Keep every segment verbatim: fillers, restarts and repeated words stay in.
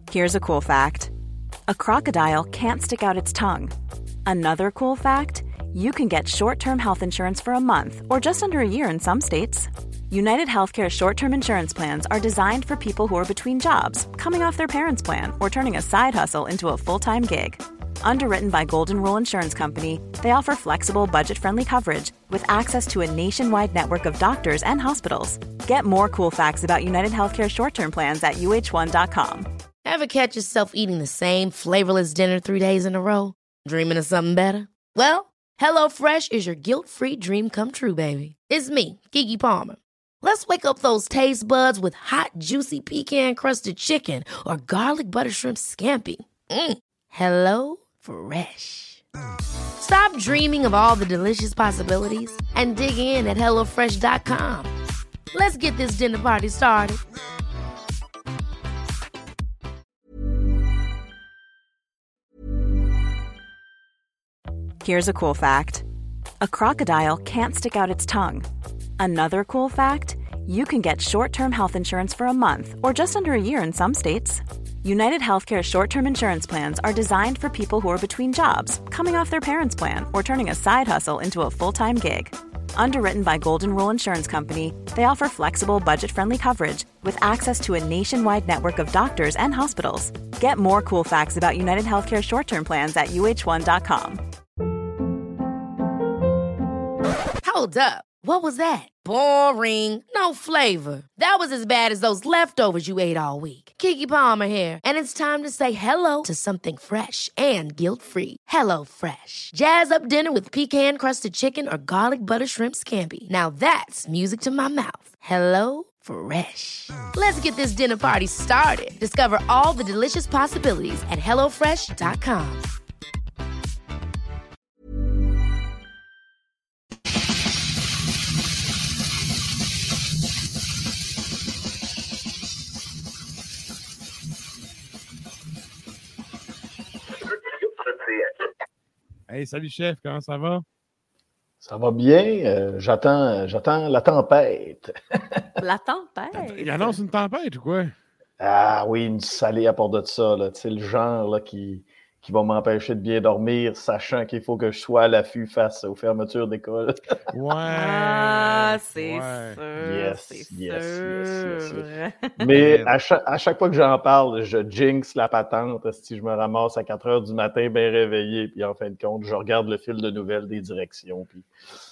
Here's a cool fact. A crocodile can't stick out its tongue. Another cool fact, you can get short-term health insurance for a month or just under a year in some states. United Healthcare short-term insurance plans are designed for people who are between jobs, coming off their parents' plan, or turning a side hustle into a full-time gig. Underwritten by Golden Rule Insurance Company, they offer flexible, budget-friendly coverage with access to a nationwide network of doctors and hospitals. Get more cool facts about United Healthcare short-term plans at U H one dot com. Ever catch yourself eating the same flavorless dinner three days in a row? Dreaming of something better? Well, HelloFresh is your guilt-free dream come true, baby. It's me, Keke Palmer. Let's wake up those taste buds with hot, juicy pecan-crusted chicken or garlic butter shrimp scampi. Mm. Hello Fresh. Stop dreaming of all the delicious possibilities and dig in at hello fresh dot com. Let's get this dinner party started. Here's a cool fact. A crocodile can't stick out its tongue. Another cool fact, you can get short-term health insurance for a month or just under a year in some states. United Healthcare short-term insurance plans are designed for people who are between jobs, coming off their parents' plan, or turning a side hustle into a full-time gig. Underwritten by Golden Rule Insurance Company, they offer flexible, budget-friendly coverage with access to a nationwide network of doctors and hospitals. Get more cool facts about United Healthcare short-term plans at U H one dot com. Hold up. What was that? Boring. No flavor. That was as bad as those leftovers you ate all week. Keke Palmer here, and it's time to say hello to something fresh and guilt-free. Hello Fresh. Jazz up dinner with pecan-crusted chicken or garlic butter shrimp scampi. Now that's music to my mouth. Hello Fresh. Let's get this dinner party started. Discover all the delicious possibilities at hello fresh dot com. Hey, salut chef, comment ça va? Ça va bien. Euh, j'attends, j'attends la tempête. La tempête? Il annonce une tempête ou quoi? Ah oui, une salée à part de ça. Là. Tu sais, le genre là, qui, qui va m'empêcher de bien dormir, sachant qu'il faut que je sois à l'affût face aux fermetures d'école. Ouais. Ah, c'est ouais. sûr. Yes, c'est yes, sûr. yes, yes, yes. Mais à chaque, à chaque fois que j'en parle, je jinx la patente. Si je me ramasse à quatre heures du matin, bien réveillé, puis en fin de compte, je regarde le fil de nouvelles des directions, puis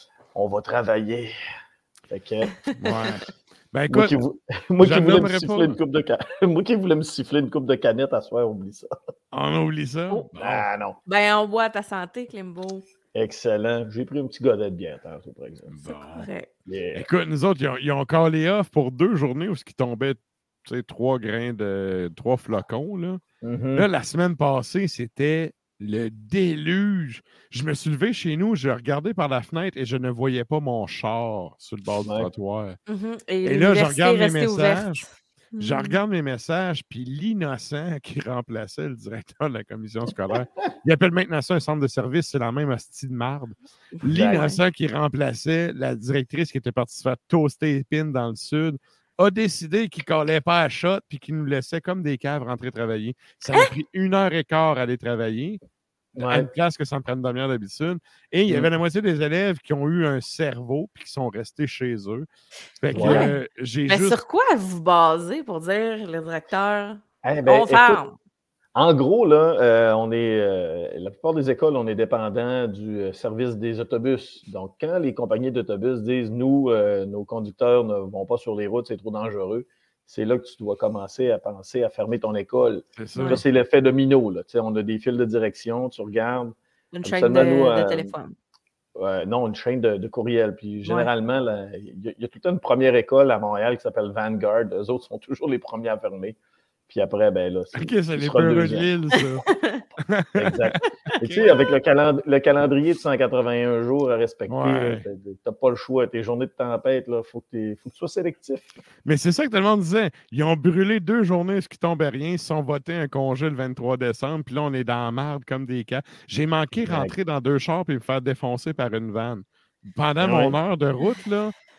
on va travailler. Fait que... Ouais. Ben écoute, moi qui, vou... moi, qui voulais me pas... siffler une coupe de can... moi qui voulais me siffler une coupe de canette à soir, oublie ça. On oublie ça? Oh. Bon. Ah non. Ben, on boit à ta santé, Klimbo. Excellent. J'ai pris un petit godet de bière tantôt, par exemple. C'est Bon. correct. Yeah. Écoute, nous autres, ils ont, ils ont callé off pour deux journées où ce qui tombait, tu sais, trois grains de... trois flocons, là. Mm-hmm. Là, la semaine passée, c'était le déluge. Je me suis levé chez nous, j'ai regardé par la fenêtre et je ne voyais pas mon char sur le bord du Ouais. trottoir. Mm-hmm. Et, Et là, je l'université regarde est mes restée ouverte. messages. Je regarde mes messages, puis l'innocent qui remplaçait le directeur de la commission scolaire, il appelle maintenant ça un centre de service, c'est la même hostie de marde. L'innocent qui remplaçait la directrice qui était partie se faire toaster les pins dans le sud, a décidé qu'il ne collait pas à shot puis qu'il nous laissait comme des caves rentrer travailler. Ça a pris une heure et quart à aller travailler, Ouais. à une place que ça me prend une demi-heure d'habitude. Et il y Mm. avait la moitié des élèves qui ont eu un cerveau puis qui sont restés chez eux. Fait que Ouais. euh, j'ai Mais juste... sur quoi vous basez pour dire le directeur? Eh ben, On ferme. écoute, en gros, là, euh, on est, euh, la plupart des écoles, on est dépendant du euh, service des autobus. Donc, quand les compagnies d'autobus disent, nous, euh, nos conducteurs ne vont pas sur les routes, c'est trop dangereux, c'est là que tu dois commencer à penser à fermer ton école. C'est ça. Là, c'est l'effet domino. Là. Tu sais, on a des fils de direction, tu regardes. Une Comme chaîne seulement de, nous, de euh, téléphone. Euh, non, une chaîne de, de courriel. Puis généralement, là, il y, a- il y a toute une première école à Montréal qui s'appelle Vanguard. Eux autres sont toujours les premiers à fermer. Puis après, ben là, c'est Ok, c'est ce les sera le peureux de deuxième. l'île, ça. Exact. Et tu sais, avec le, calend- le calendrier de cent quatre-vingt-un jours à respecter, Ouais. là, t'as- t'as pas le choix. Tes journées de tempête, il faut, que t'es- faut que tu sois sélectif. Mais c'est ça que tout le monde disait. Ils ont brûlé deux journées, ce qui tombait rien. Ils se sont votés un congé le vingt-trois décembre. Puis là, on est dans la merde comme des cas. J'ai manqué Exact. rentrer dans deux chars et me faire défoncer par une vanne. Pendant Ah mon ouais. heure de route, là,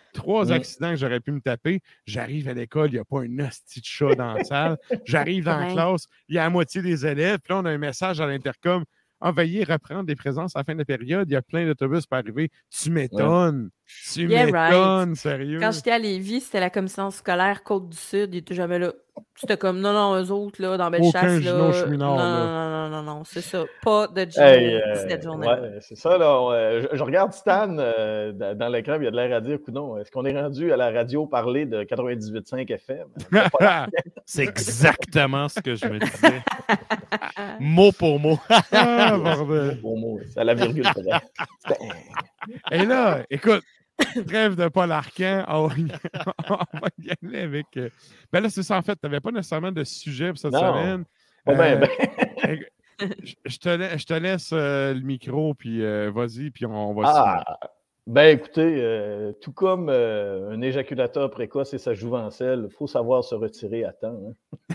trois Mm. accidents que j'aurais pu me taper. J'arrive à l'école, il n'y a pas un hostie de chat dans la salle. J'arrive dans la Ouais. classe, il y a la moitié des élèves. Puis là, on a un message à l'intercom. Ah, veuillez reprendre des présences à la fin de la période. Il y a plein d'autobus pour arriver. Tu m'étonnes. Tu Yeah, right. m'étonnes, sérieux. Quand j'étais à Lévis, c'était la commission scolaire Côte-du-Sud. Ils étaient jamais là. C'était comme, non, non, eux autres, là, dans Bellechasse, Aucun là. Gino Chouinard, non, là. non, non, non, non, non, c'est ça. Pas de Gino Hey, euh, cette journée-là. ouais, c'est ça, là. on, euh, je, je regarde Stan euh, dans, dans l'écran, il y a de l'air à dire, coudonc, est-ce qu'on est rendu à la radio parler de quatre-vingt-dix-huit virgule cinq F M? C'est pas C'est exactement ce que je me disais. Mot pour mot. Ah, mot bordel. pour mot, c'est à la virgule près. Et là, écoute, trêve de Paul Arcand, on va y, on va y aller avec... euh, Ben là, c'est ça, en fait, tu n'avais pas nécessairement de sujet pour cette Non. semaine. Pas ben, Euh, ben. je, je te la- je te laisse euh, le micro, puis euh, vas-y, puis on, on va Ah, ben écoutez, euh, tout comme euh, un éjaculateur précoce et sa jouvencelle, il faut savoir se retirer à temps. Hein.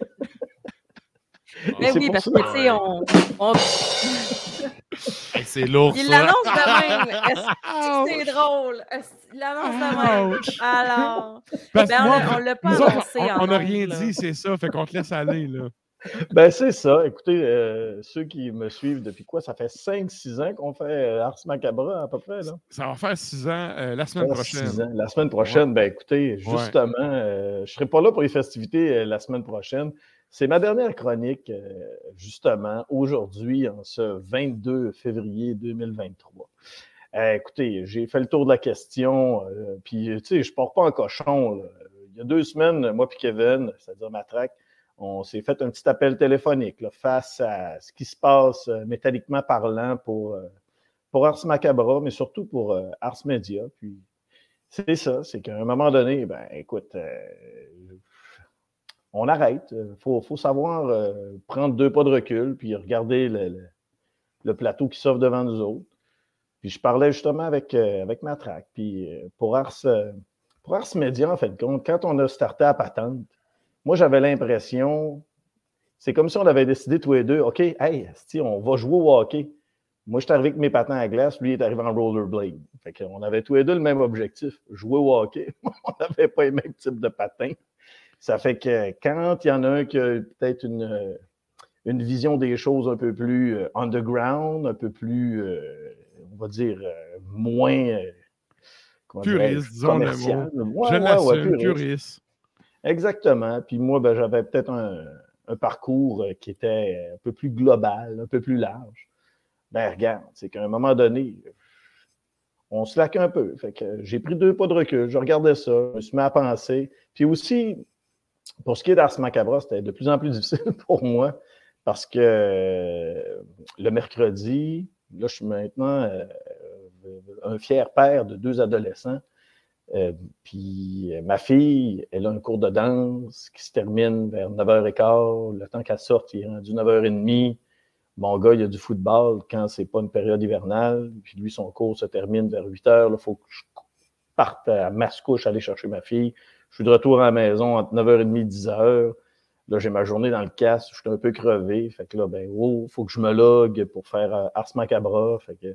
Mais c'est oui, pour parce ça. que, tu sais, on. on- Hey, c'est lourd, Il ça. l'annonce de même. Est-ce que c'est drôle? Est-ce qu'il l'annonce de même. Ouch. Alors. Parce Ben, que on moi, l'a- on l'a pas nous autres, annoncé on- en on n'a ondes, rien là. dit, c'est ça, fait qu'on te laisse aller, là. Ben c'est ça. Écoutez, euh, ceux qui me suivent depuis quoi? Ça fait cinq six ans qu'on fait euh, Ars Macabra à peu près, là. Ça va faire six ans euh, la semaine Ça fait prochaine. six ans. La semaine prochaine, ben écoutez, justement, euh, je ne serai pas là pour les festivités euh, la semaine prochaine. C'est ma dernière chronique, euh, justement, aujourd'hui, en ce vingt-deux février deux mille vingt-trois. Euh, écoutez, j'ai fait le tour de la question, euh, puis, tu sais, je ne pars pas en cochon, là. Il y a deux semaines, moi et Kevin, c'est-à-dire Matraque, on s'est fait un petit appel téléphonique là, face à ce qui se passe euh, métalliquement parlant pour, euh, pour Ars Macabra, mais surtout pour euh, Ars Media. Puis c'est ça, c'est qu'à un moment donné, ben écoute, euh, on arrête. Il faut, faut savoir euh, prendre deux pas de recul, puis regarder le, le, le plateau qui s'offre devant nous autres. Puis je parlais justement avec, euh, avec Matraque. Puis euh, pour Ars, euh, pour Ars Media, en fait, compte, quand on a starté à Patente, moi, j'avais l'impression, c'est comme si on avait décidé tous les deux, OK, hey, on va jouer au hockey. Moi, je suis arrivé avec mes patins à glace, lui, il est arrivé en rollerblade. Fait qu'on avait tous les deux le même objectif, jouer au hockey. On n'avait pas les mêmes types de patins. Ça fait que quand il y en a un qui a peut-être une, une vision des choses un peu plus underground, un peu plus, euh, on va dire, euh, moins euh, puriste, disons le mot. Ouais, je ouais, l'assume, ouais, puriste. puriste. Exactement. Puis moi, ben, j'avais peut-être un, un parcours qui était un peu plus global, un peu plus large. Ben regarde, c'est qu'à un moment donné, on se laque un peu. Fait que j'ai pris deux pas de recul, je regardais ça, je me suis mis à penser. Puis aussi, pour ce qui est d'Ars Macabra, c'était de plus en plus difficile pour moi parce que le mercredi, là, je suis maintenant euh, un fier père de deux adolescents. Euh, puis ma fille, elle a un cours de danse qui se termine vers neuf heures quinze. Le temps qu'elle sorte, il est rendu neuf heures trente. Mon gars, il a du football quand c'est pas une période hivernale. Puis lui, son cours se termine vers huit heures. Il faut que je parte à Mascouche aller chercher ma fille. Je suis de retour à la maison entre neuf heures trente et dix heures. Là, j'ai ma journée dans le casse. Je suis un peu crevé. Fait que là, ben, oh, faut que je me logue pour faire euh, Ars Macabra. Fait que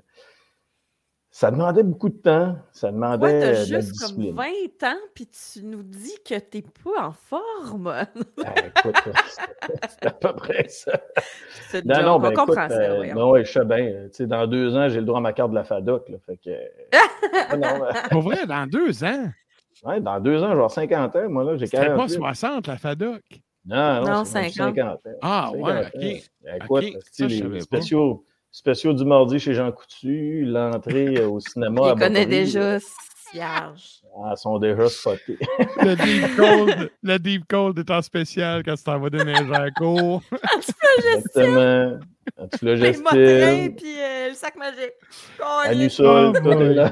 ça demandait beaucoup de temps. Ça demandait Ouais, t'as de la juste discipline. comme vingt ans, puis tu nous dis que t'es pas en forme. Ben, écoute, c'est à peu près ça. C'est Non, joke, non, on ben, comprend écoute, ça. euh, voyons. non, ouais, je sais bien. Tu sais, dans deux ans, j'ai le droit à ma carte de la FADOC. Là, fait que, euh, non, euh, Pour vrai, dans deux ans, ouais, dans deux ans, je vais avoir cinquante ans. Moi, là, j'ai c'était pas quarante-huit. soixante, la FADOC. Non, non, Non, c'est rendu cinquante. cinquante ans. Ah, ouais, cinquante OK. ans. Écoute, OK, tu sais, ça, je savais les pas. spéciaux, spéciaux du mardi chez Jean Coutu, l'entrée au cinéma à Il connaît Bottery, déjà Cierge. ah, ils sont déjà spotés. Le Deep Cold, le Deep Cold est en spécial quand tu t'en vas déneiger à la cour. Exactement. Les motins, Antiflogestine, puis euh, le sac magique. Oh, Anusol, Oh, tout est boy. là.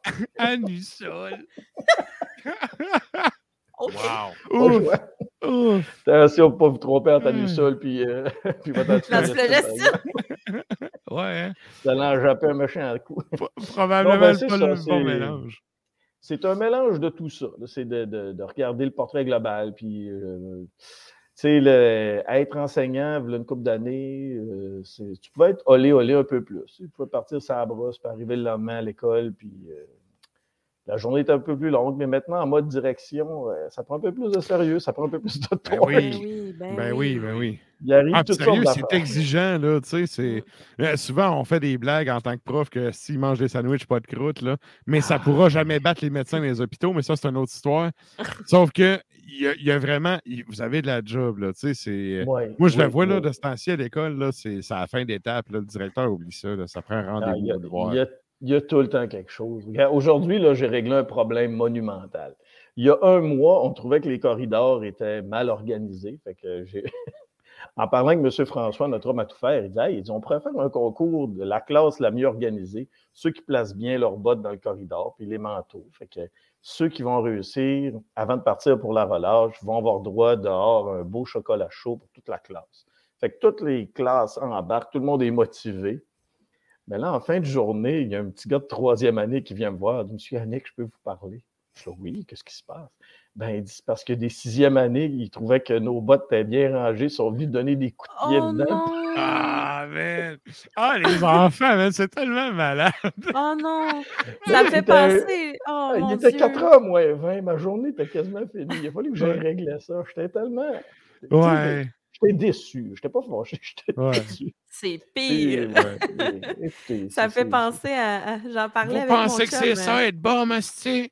Anusol. OK. Wow. Pas le Ouf, choix. ouf. Attention, pour pas vous tromper entre Hmm. Anusol puis, euh, puis votre L'antiflogestine. antiflogestine. Ouais, hein? Vous allez en japper un méchant coup. Pro- Probablement Non, ben, c'est c'est pas ça, le c'est- bon mélange. C'est un mélange de tout ça. là. C'est de, de- de regarder le portrait global. Puis, euh, tu sais, le- être enseignant, il y a une couple d'années, euh, c'est- tu pouvais être olé, olé un peu plus. Tu pouvais partir sur la brosse, puis arriver le lendemain à l'école, puis, euh, La journée est un peu plus longue, mais maintenant, en mode direction, euh, ça prend un peu plus de sérieux, ça prend un peu plus de temps. Ben oui, Ben oui, ben, ben oui, ben oui. Il arrive Ah, toutes sérieux, sortes c'est d'affaires. exigeant, là, tu sais, c'est... Euh, souvent, on fait des blagues en tant que prof que s'ils mangent des sandwichs, pas de croûte, là, mais ça pourra jamais battre les médecins dans les hôpitaux, mais ça, c'est une autre histoire. Sauf que, il y, a, il y a vraiment... il- vous avez de la job, là, tu sais, c'est... Ouais, Moi, je oui, le vois, là, oui. de ce temps-ci à l'école, là, c'est c'est à la fin d'étape, là, le directeur oublie ça, là, ça prend un Ah, rendez-vous Il y, a, pour le voir. il y a- il y a tout le temps quelque chose. Regarde, aujourd'hui, là, j'ai réglé un problème monumental. Il y a un mois, on trouvait que les corridors étaient mal organisés. Fait que j'ai... En parlant avec M. François, notre homme à tout faire, il dit, hey, il dit, on pourrait faire un concours de la classe la mieux organisée, ceux qui placent bien leurs bottes dans le corridor, puis les manteaux. Fait que ceux qui vont réussir, avant de partir pour la relâche, vont avoir droit dehors à un beau chocolat chaud pour toute la classe. Fait que toutes les classes embarquent, tout le monde est motivé. Mais là, en fin de journée, il y a un petit gars de troisième année qui vient me voir. Il dit, Monsieur Yannick, je peux vous parler? Je dis, oui, qu'est-ce qui se passe? Ben, il dit, c'est parce que des sixième années, ils trouvaient que nos bottes étaient bien rangées, ils sont venus donner des coups de pied Oh dedans. non! Ah, man! Ah, les enfants, man, c'est tellement malade! Oh non! Ça me fait Il était- penser. Oh Ah, mon il était Dieu! quatre heures moins vingt, ma journée était quasiment finie. Il a fallu que j'aille Ouais. régler ça. J'étais tellement... tu sais, Ouais, J'étais déçu. J'étais pas fâché, j'étais Ouais. déçu. C'est Et, pire. ouais, et- écoutez, Ça me c'est- fait penser à. à- J'en parlais Vous avec mon pensez que chum. c'est euh, ça, être bon, masté?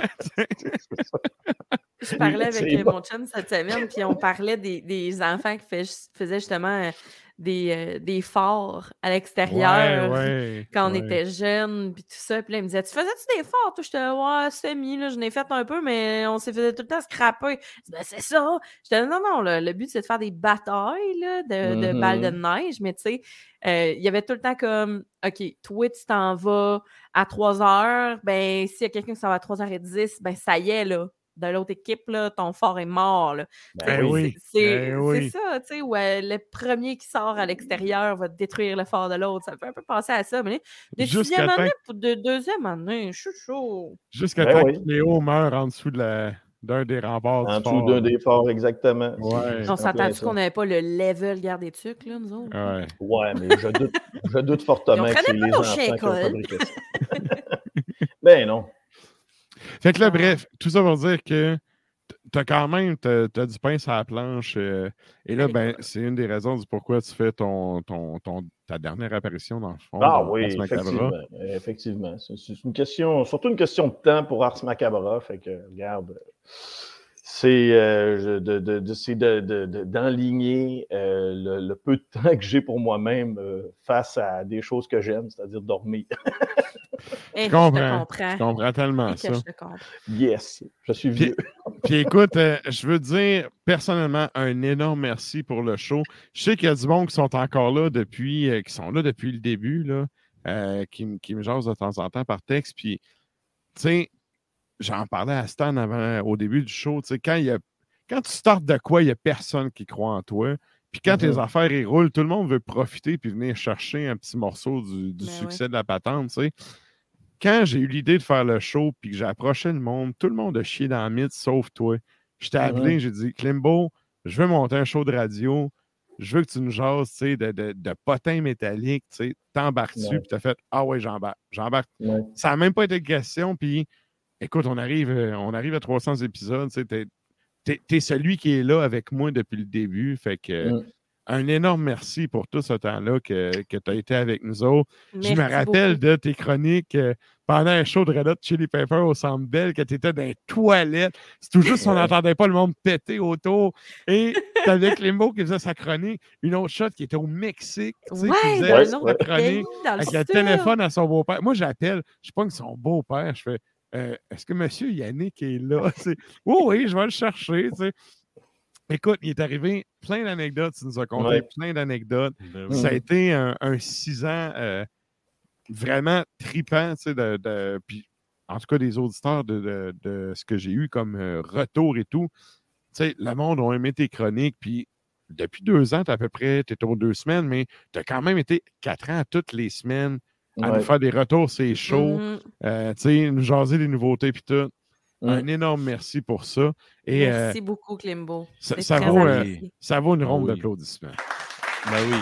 Je parlais avec C'est euh, bon. mon chum cette semaine, puis on parlait des, des enfants qui fait- faisaient justement euh, des, euh, des forts à l'extérieur Ouais, ouais. quand on ouais. était jeunes, puis tout ça. Puis là, il me disait, tu faisais-tu des forts? Toi, j'étais, ouais, semi, là, je n'ai fait un peu, mais on s'est fait tout le temps scraper. Je dis, ben, c'est ça. J'étais, non, non, là, le but, c'est de faire des batailles, là, de, de Mhm. balles de neige, mais tu sais, euh, il y avait tout le temps comme, OK, toi, tu t'en vas à trois heures, ben, s'il y a quelqu'un qui s'en va à trois heures dix, ben, ça y est, là. De l'autre équipe, là, ton fort est mort. Là. Ben Tu sais, Eh oui. oui, C'est eh c'est oui. ça, tu sais, où euh, le premier qui sort à l'extérieur va détruire le fort de l'autre. Ça me fait un peu penser à ça. Mais de Jusqu'à sixième temps, année pour de deuxième année, je suis chaud. jusqu'à Ben temps oui. que Léo meure en dessous de la- d'un des remparts En du dessous fort. d'un là. des forts, exactement. Ouais. C'est On en plein s'entend-tu ça. qu'on n'avait pas le level guerre des tucs, là, nous autres? Ouais. Ouais, mais je doute, je doute Et on fortement que prenait c'est pas les nos enfants chiens qui ont école. fabriqué ça. Ben non. Fait que là, Ah. bref, tout ça pour dire que t- t'as quand même t'as, t'as du pain sur la planche. euh, et là, Avec ben, moi. c'est une des raisons du pourquoi tu fais ton, ton, ton, ta dernière apparition dans le fond. Ah dans oui, Ars Macabra. effectivement. Effectivement. C'est c'est une question, surtout une question de temps pour Ars Macabra. Fait que, regarde, c'est euh, je- de, de, de, c'est de, de, de- d'enligner euh, le, le peu de temps que j'ai pour moi-même euh, face à des choses que j'aime, c'est-à-dire dormir. Eh, Je je te comprends. comprends. Je comprends tellement Eh, que ça. je te comprends. Yes, je suis Puis- vieux. Puis écoute, euh, je veux dire personnellement un énorme merci pour le show. Je sais qu'il y a du monde qui sont encore là depuis, euh, qui sont là depuis le début, là, euh, qui, m- qui me jasent de temps en temps par texte. Puis, tu sais, j'en parlais à Stan avant, au début du show. Tu sais, quand, il y a, quand tu startes de quoi, il n'y a personne qui croit en toi. Puis quand tes Mhm. affaires ils roulent, tout le monde veut profiter puis venir chercher un petit morceau du, du Ben succès de la patente, tu sais. Quand j'ai eu l'idée de faire le show puis que j'ai approché le monde, tout le monde a chié dans le mythe sauf toi. Je t'ai appelé, Mhm. j'ai dit Klimbo, je veux monter un show de radio, je veux que tu nous jases, tu sais, de, de, de potins métalliques, tu sais, t'embarques-tu, Ouais. puis t'as fait ah ouais, j'embarque, j'embarque. Ouais. Ça n'a même pas été de question, puis écoute, on arrive, euh, on arrive à trois cents épisodes, tu sais, t'es, t'es, t'es celui qui est là avec moi depuis le début, fait que Mm. un énorme merci pour tout ce temps-là que, que tu as été avec nous autres. Je me Merci rappelle beaucoup. de tes chroniques euh, pendant un show de Red Hot Chili Pepper au Centre Bell, que tu étais dans les toilettes. C'est tout juste qu'on n'entendait pas le monde péter autour. Et tu avais Klimbo qui faisait sa chronique. Une autre shot qui était au Mexique, tu sais, qui Ouais, faisait dans Ouais, un autre ouais. sa chronique pays, dans le avec le sud. téléphone à son beau-père. Moi, j'appelle, je pogne son beau-père, je fais euh, est-ce que monsieur Yannick est là? Tu sais, oui, oui, je vais le chercher. Tu sais. Écoute, il est arrivé plein d'anecdotes, tu nous as conté Ouais. plein d'anecdotes. Ben oui. Ça a été un, un six ans euh, vraiment tripant, tu sais, de, de- puis en tout cas des auditeurs de, de- de ce que j'ai eu comme euh, retour et tout. Tu sais, le monde a aimé tes chroniques, puis depuis deux ans, tu à peu près, tu es aux deux semaines, mais tu as quand même été quatre ans toutes les semaines à Ouais. nous faire des retours, c'est chaud, Mhm. euh, tu sais, nous jaser des nouveautés, puis tout. Mm. Un énorme merci pour ça. Et euh, Merci beaucoup, Klimbo. ça, C'est ça très vaut, euh, apprécié. ça vaut une Ah ronde oui. d'applaudissements. Ben oui.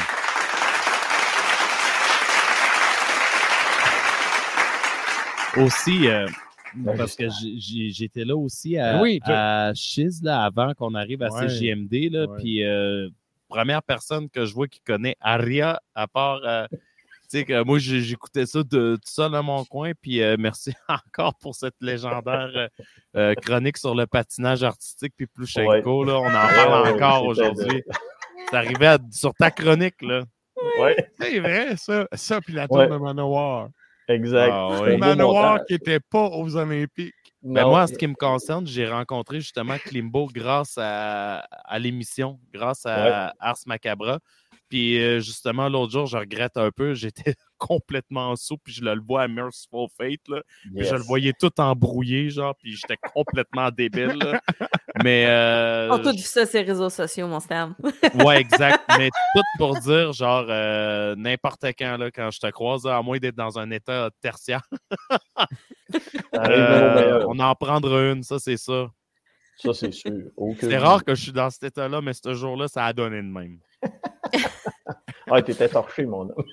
Aussi, euh, parce que j'ai- j'ai- j'étais là aussi à, Oui, tu- à Chiz, là, avant qu'on arrive à Ouais. C J M D. Là, Ouais. Puis, euh, première personne que je vois qui connaît Aria, à part. euh, tu sais, que moi, j'ai- j'écoutais ça de, tout seul dans mon coin. Puis, euh, merci encore pour cette légendaire euh, euh, chronique sur le patinage artistique. Puis, Plushenko, là, on en parle Ouais, encore c'était aujourd'hui. C'est arrivé à- sur ta chronique, là. Ouais, C'est vrai, ça. Ça, puis la Ouais. tour de Manowar. exact. Ah, C'est oui. un beau Manowar montage. qui n'était pas aux Olympiques. Ben, Non. moi, en ce qui me concerne, j'ai rencontré justement Klimbo grâce à, à l'émission, grâce à Ars Macabra. Puis euh, justement, l'autre jour, je regrette un peu, j'étais complètement sous, puis je le vois à Merciful Fate, là, puis Yes. je le voyais tout embrouillé, genre, puis j'étais complètement débile. Là. Mais euh, On a tout vu ça sur les réseaux sociaux, mon Stan. ouais, exact. Mais tout pour dire, genre, euh, n'importe quand, là, quand je te croise, là, à moins d'être dans un état tertiaire, Ça arrive même au euh, meilleur. on en prendra une, ça, c'est ça. Ça, c'est sûr. Aucun C'est doute. rare que je suis dans cet état-là, mais ce jour-là, ça a donné de même. Ah, t'étais torché, mon homme.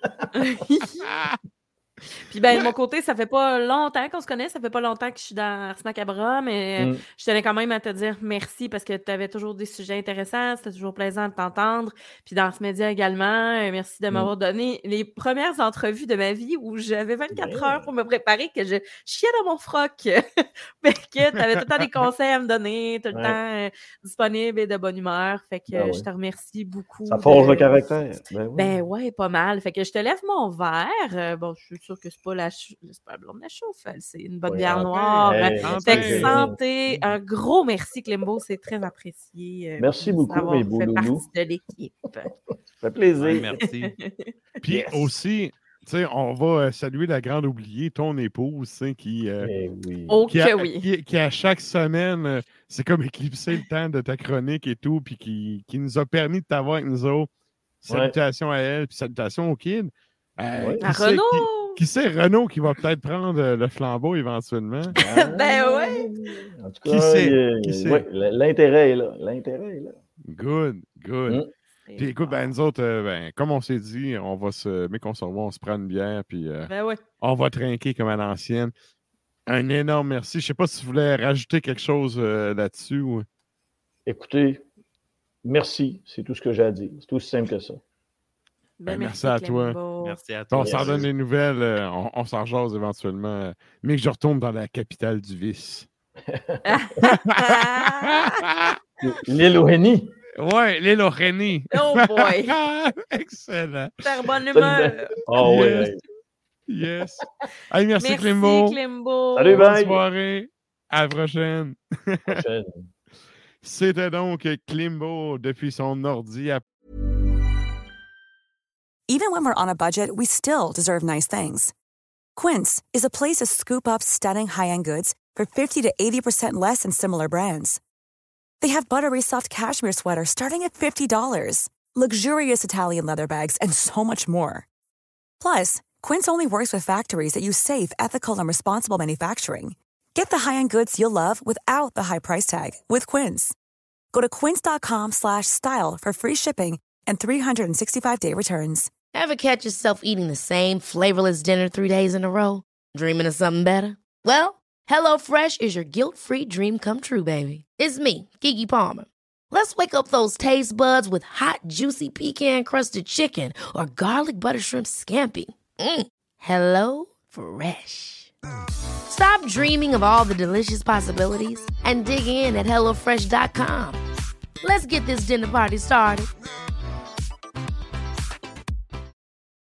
Puis ben de mon côté, ça fait pas longtemps qu'on se connaît, ça fait pas longtemps que je suis dans Ars Macabra, mais Mm. je tenais quand même à te dire merci parce que tu avais toujours des sujets intéressants, c'était toujours plaisant de t'entendre. Puis dans ce média également, euh, merci de Mm. m'avoir donné les premières entrevues de ma vie où j'avais vingt-quatre Yeah. heures pour me préparer, que je chiais dans mon froc. Fait que tu avais tout le temps des conseils à me donner, tout le Ouais. temps euh, disponible et de bonne humeur. Fait que Ah ouais. je te remercie beaucoup. Ça forge de- le caractère. Ben oui. Ben ouais, pas mal. Fait que je te lève mon verre. Euh, bon, je suis sûre que c'est pas la, chou- c'est pas la blonde de la chauffe. elle, C'est une bonne Ouais, bière santé. noire. Hey, Santé. Fait que Hey. santé. Un gros merci, Clembo. C'est très apprécié. euh, Merci beaucoup, d'avoir mes beaux fait loulous. partie de l'équipe. Ça fait plaisir. Ouais, merci. Puis Yes. aussi, tu sais, on va euh, saluer la grande oubliée, ton épouse, tu sais, qui, euh, Eh oui. Oh qui, a- que oui. qui- qui, à chaque semaine, euh, c'est comme éclipser le temps de ta chronique et tout, puis qui, qui nous a permis de t'avoir avec nous autres. Salutations à elle, puis salutations au kid. Euh, Ouais. qui À sait- Renaud! Qui, qui sait, Renaud, qui va peut-être prendre euh, le flambeau éventuellement. Ah, Ben ouais. En tout Qui cas, sait? il y a- Qui sait? ouais, l- l'intérêt est là. L'intérêt est là. Good, good. Mm. Puis écoute, ben, nous autres, euh, ben, comme on s'est dit, on va se. Mais qu'on se revoit, on se prend une bière, puis euh, Ben ouais. on va trinquer comme à l'ancienne. Un énorme merci. Je sais pas si tu voulais rajouter quelque chose euh, là-dessus. Ou... Écoutez, merci. C'est tout ce que j'ai à dire. C'est aussi simple que ça. Ben, Ben, merci à toi. Clembo. Merci à Puis on toi. s'en Yes. donne des nouvelles, euh, on, on s'en jase éventuellement. euh, mais que je retourne dans la capitale du vice. Ah! L'île au Henny. Ouais, l'île au René. Oh boy! Excellent. Faire bonne Salut, humeur. Oh, oui, Yes. oui. Yes. Hey, merci, Merci, Clément. Clembo. Salut, Bonne bye. soirée. À la prochaine. Prochaine. C'était donc Klimbo depuis son ordi à Even when we're on a budget, we still deserve nice things. Quince is a place to scoop up stunning high-end goods for fifty to eighty percent less than similar brands. They have buttery soft cashmere sweaters starting at fifty dollars, luxurious Italian leather bags, and so much more. Plus, Quince only works with factories that use safe, ethical, and responsible manufacturing. Get the high-end goods you'll love without the high price tag with Quince. Go to quince.com slash style for free shipping and three sixty-five day returns. Ever catch yourself eating the same flavorless dinner three days in a row? Dreaming of something better? Well, HelloFresh is your guilt-free dream come true, baby. It's me, Keke Palmer. Let's wake up those taste buds with hot, juicy pecan-crusted chicken or garlic butter shrimp scampi. Mm. Hello Fresh. Stop dreaming of all the delicious possibilities and dig in at HelloFresh dot com. Let's get this dinner party started.